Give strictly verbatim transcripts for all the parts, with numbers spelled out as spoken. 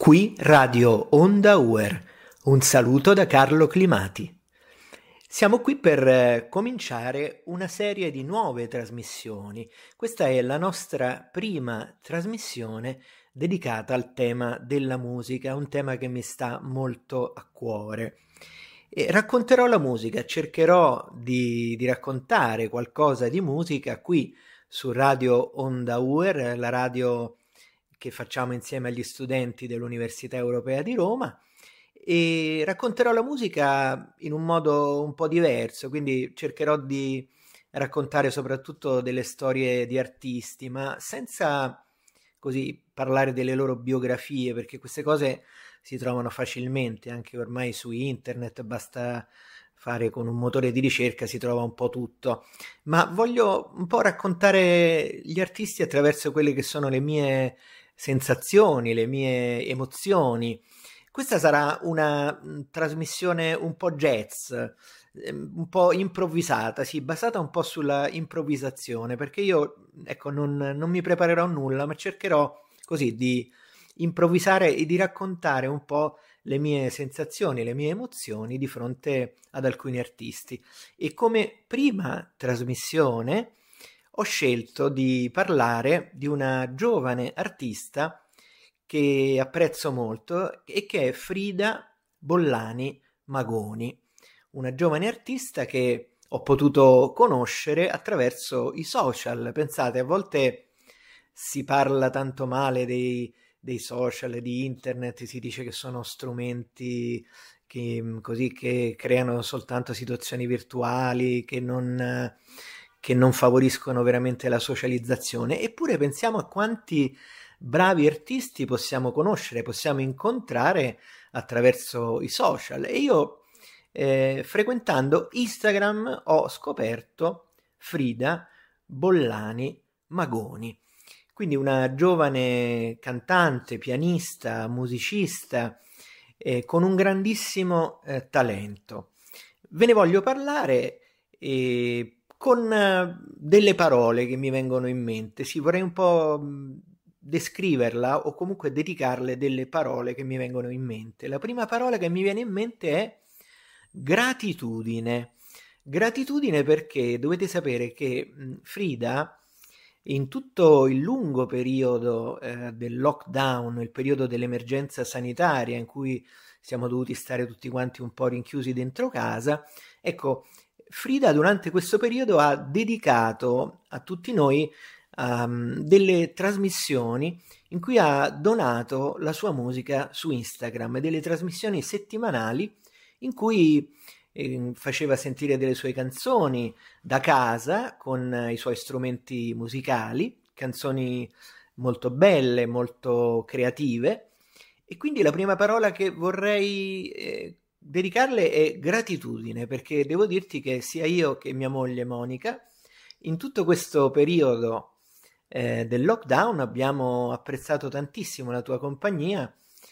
Qui Radio Onda U E R, un saluto da Carlo Climati. Siamo qui per eh, cominciare una serie di nuove trasmissioni. Questa è la nostra prima trasmissione dedicata al tema della musica, un tema che mi sta molto a cuore. E racconterò la musica, cercherò di, di raccontare qualcosa di musica qui su Radio Onda U E R, la radio che facciamo insieme agli studenti dell'Università Europea di Roma, e racconterò la musica in un modo un po' diverso, quindi cercherò di raccontare soprattutto delle storie di artisti, ma senza così parlare delle loro biografie, perché queste cose si trovano facilmente anche ormai su internet, basta fare con un motore di ricerca, si trova un po' tutto, ma voglio un po' raccontare gli artisti attraverso quelle che sono le mie sensazioni, le mie emozioni. Questa sarà una mh, trasmissione un po' jazz, ehm, un po' improvvisata, sì, basata un po' sulla improvvisazione, perché io, ecco, non, non mi preparerò nulla, ma cercherò così di improvvisare e di raccontare un po' le mie sensazioni, le mie emozioni di fronte ad alcuni artisti. E come prima trasmissione ho scelto di parlare di una giovane artista che apprezzo molto e che è Frida Bollani Magoni, una giovane artista che ho potuto conoscere attraverso i social. Pensate, a volte si parla tanto male dei, dei social, di internet, si dice che sono strumenti che, così, che creano soltanto situazioni virtuali, che non, che non favoriscono veramente la socializzazione. Eppure pensiamo a quanti bravi artisti possiamo conoscere, possiamo incontrare attraverso i social. E io, eh, frequentando Instagram, ho scoperto Frida Bollani Magoni. Quindi una giovane cantante, pianista, musicista, eh, con un grandissimo eh, talento. Ve ne voglio parlare eh, con eh, delle parole che mi vengono in mente. Sì, vorrei un po' mh, descriverla o comunque dedicarle delle parole che mi vengono in mente. La prima parola che mi viene in mente è gratitudine. Gratitudine perché dovete sapere che mh, Frida in tutto il lungo periodo eh, del lockdown, il periodo dell'emergenza sanitaria in cui siamo dovuti stare tutti quanti un po' rinchiusi dentro casa, ecco, Frida durante questo periodo ha dedicato a tutti noi um, delle trasmissioni in cui ha donato la sua musica su Instagram, delle trasmissioni settimanali in cui eh, faceva sentire delle sue canzoni da casa con i suoi strumenti musicali, canzoni molto belle, molto creative. E quindi la prima parola che vorrei eh, dedicarle è gratitudine, perché devo dirti che sia io che mia moglie Monica, in tutto questo periodo eh, del lockdown abbiamo apprezzato tantissimo la tua compagnia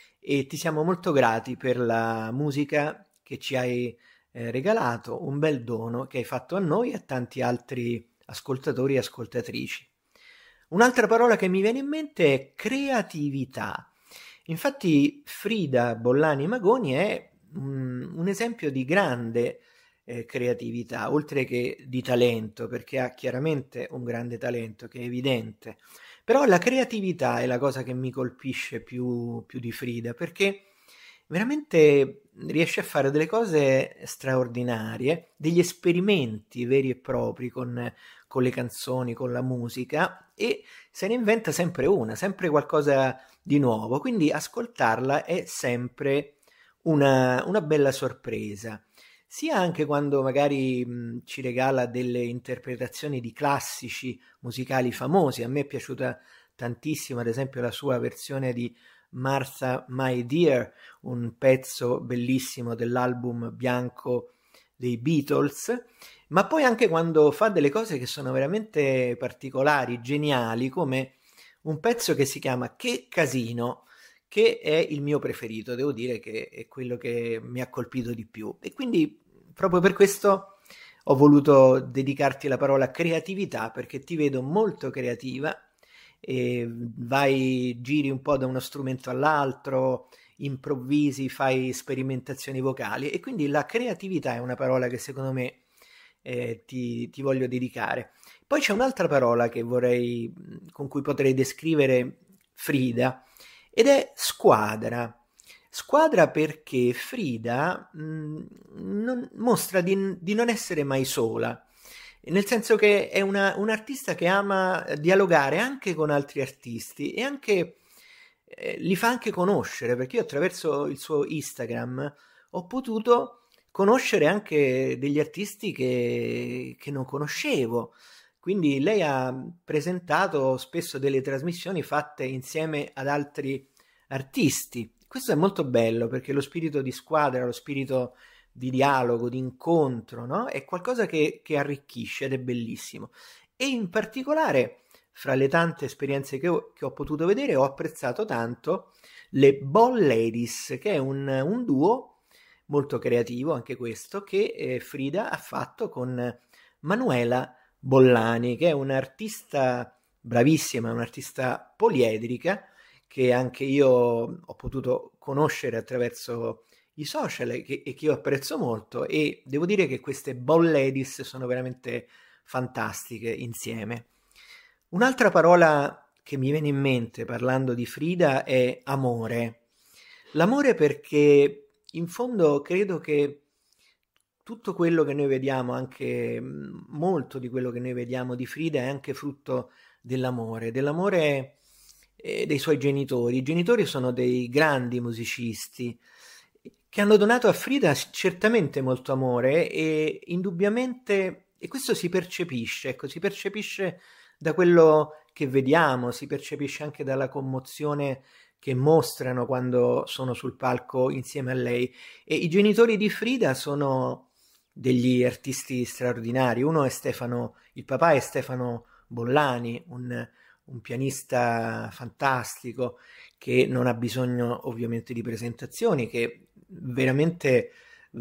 e ti siamo molto grati per la musica che ci hai eh, regalato, un bel dono che hai fatto a noi e a tanti altri ascoltatori e ascoltatrici. Un'altra parola che mi viene in mente è creatività. Infatti Frida Bollani Magoni è un, un esempio di grande eh, creatività, oltre che di talento, perché ha chiaramente un grande talento che è evidente. Però la creatività è la cosa che mi colpisce più, più di Frida, perché veramente riesce a fare delle cose straordinarie, degli esperimenti veri e propri con, con le canzoni, con la musica, e se ne inventa sempre una, sempre qualcosa di nuovo, quindi ascoltarla è sempre una, una bella sorpresa, sia anche quando magari mh, ci regala delle interpretazioni di classici musicali famosi. A me è piaciuta tantissimo, ad esempio, la sua versione di Martha My Dear, un pezzo bellissimo dell'album bianco dei Beatles, ma poi anche quando fa delle cose che sono veramente particolari, geniali, come un pezzo che si chiama Che Casino, che è il mio preferito, devo dire che è quello che mi ha colpito di più. E quindi proprio per questo ho voluto dedicarti la parola creatività, perché ti vedo molto creativa e vai, giri un po' da uno strumento all'altro, improvvisi, fai sperimentazioni vocali, e quindi la creatività è una parola che secondo me eh, ti, ti voglio dedicare. Poi c'è un'altra parola che vorrei, con cui potrei descrivere Frida, ed è squadra. Squadra perché Frida mh, non, mostra di, di non essere mai sola, nel senso che è una, un'artista che ama dialogare anche con altri artisti e anche eh, li fa anche conoscere, perché io attraverso il suo Instagram ho potuto conoscere anche degli artisti che, che non conoscevo. Quindi lei ha presentato spesso delle trasmissioni fatte insieme ad altri artisti. Questo è molto bello perché lo spirito di squadra, lo spirito di dialogo, di incontro, no? È qualcosa che, che arricchisce ed è bellissimo. E in particolare, fra le tante esperienze che ho, che ho potuto vedere, ho apprezzato tanto le Ball Ladies, che è un, un duo molto creativo, anche questo, che eh, Frida ha fatto con Manuela Bollani, che è un'artista bravissima, un'artista poliedrica, che anche io ho potuto conoscere attraverso i social e che, e che io apprezzo molto, e devo dire che queste Ball Ladies sono veramente fantastiche insieme. Un'altra parola che mi viene in mente parlando di Frida è amore. L'amore perché in fondo credo che tutto quello che noi vediamo, anche molto di quello che noi vediamo di Frida, è anche frutto dell'amore, dell'amore eh, dei suoi genitori. I genitori sono dei grandi musicisti che hanno donato a Frida certamente molto amore e indubbiamente, e questo si percepisce, ecco, si percepisce da quello che vediamo, si percepisce anche dalla commozione che mostrano quando sono sul palco insieme a lei. E i genitori di Frida sono degli artisti straordinari. Uno è Stefano, il papà è Stefano Bollani, un, un pianista fantastico che non ha bisogno ovviamente di presentazioni, che veramente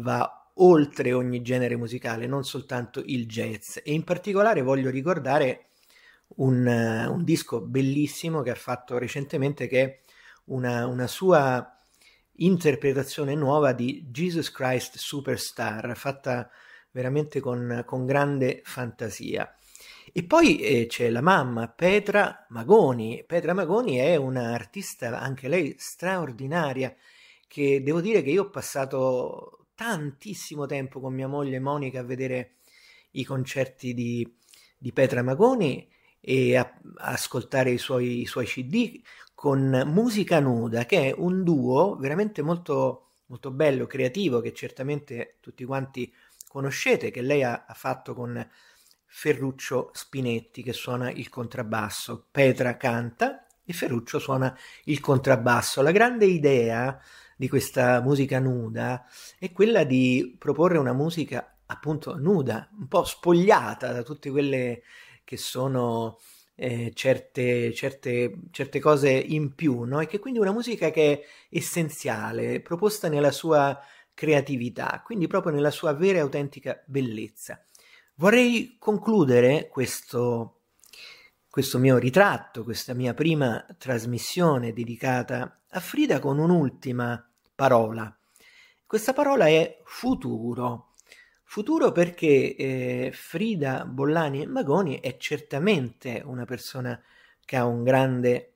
va oltre ogni genere musicale, non soltanto il jazz. E in particolare voglio ricordare un, un disco bellissimo che ha fatto recentemente, che è una, una sua interpretazione nuova di Jesus Christ Superstar, fatta veramente con, con grande fantasia. E poi eh, c'è la mamma, Petra Magoni. Petra Magoni è un'artista, anche lei straordinaria, che devo dire che io ho passato tantissimo tempo con mia moglie Monica a vedere i concerti di, di Petra Magoni e a, a ascoltare i suoi, i suoi C D con Musica Nuda, che è un duo veramente molto, molto bello, creativo, che certamente tutti quanti conoscete, che lei ha, ha fatto con Ferruccio Spinetti, che suona il contrabbasso. Petra canta e Ferruccio suona il contrabbasso. La grande idea di questa Musica Nuda è quella di proporre una musica appunto nuda, un po' spogliata da tutte quelle che sono eh, certe, certe, certe cose in più, no? E che quindi è una musica che è essenziale, proposta nella sua creatività, quindi proprio nella sua vera e autentica bellezza. Vorrei concludere questo, questo mio ritratto, questa mia prima trasmissione dedicata a Frida con un'ultima parola. Questa parola è futuro. Futuro perché eh, Frida Bollani Magoni è certamente una persona che ha un grande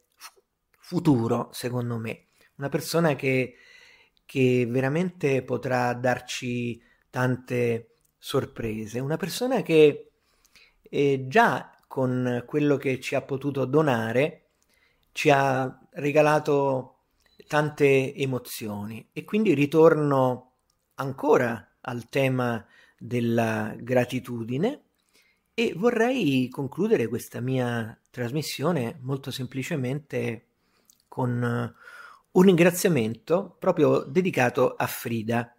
futuro, secondo me. Una persona che, che veramente potrà darci tante sorprese. Una persona che eh, già con quello che ci ha potuto donare ci ha regalato tante emozioni, e quindi ritorno ancora al tema della gratitudine e vorrei concludere questa mia trasmissione molto semplicemente con un ringraziamento proprio dedicato a Frida.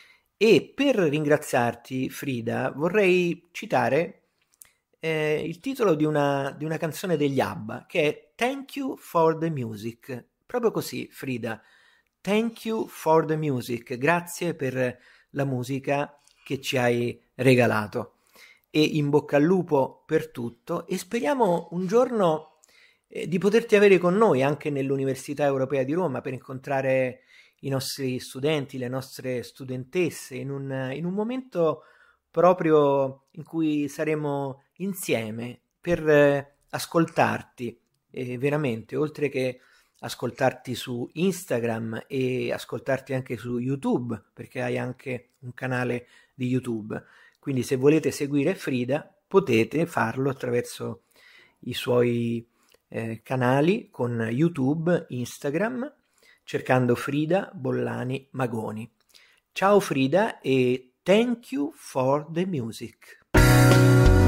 E per ringraziarti, Frida, vorrei citare eh, il titolo di una, di una canzone degli ABBA, che è Thank You for the Music. Proprio così, Frida. Thank you for the music. Grazie per la musica che ci hai regalato. E in bocca al lupo per tutto, e speriamo un giorno eh, di poterti avere con noi anche nell'Università Europea di Roma per incontrare i nostri studenti, le nostre studentesse, in un, in un momento proprio in cui saremo insieme per eh, ascoltarti, eh, veramente, oltre che ascoltarti su Instagram e ascoltarti anche su YouTube, perché hai anche un canale di YouTube. Quindi se volete seguire Frida potete farlo attraverso i suoi eh, canali con YouTube, Instagram, cercando Frida Bollani Magoni. Ciao Frida e thank you for the music.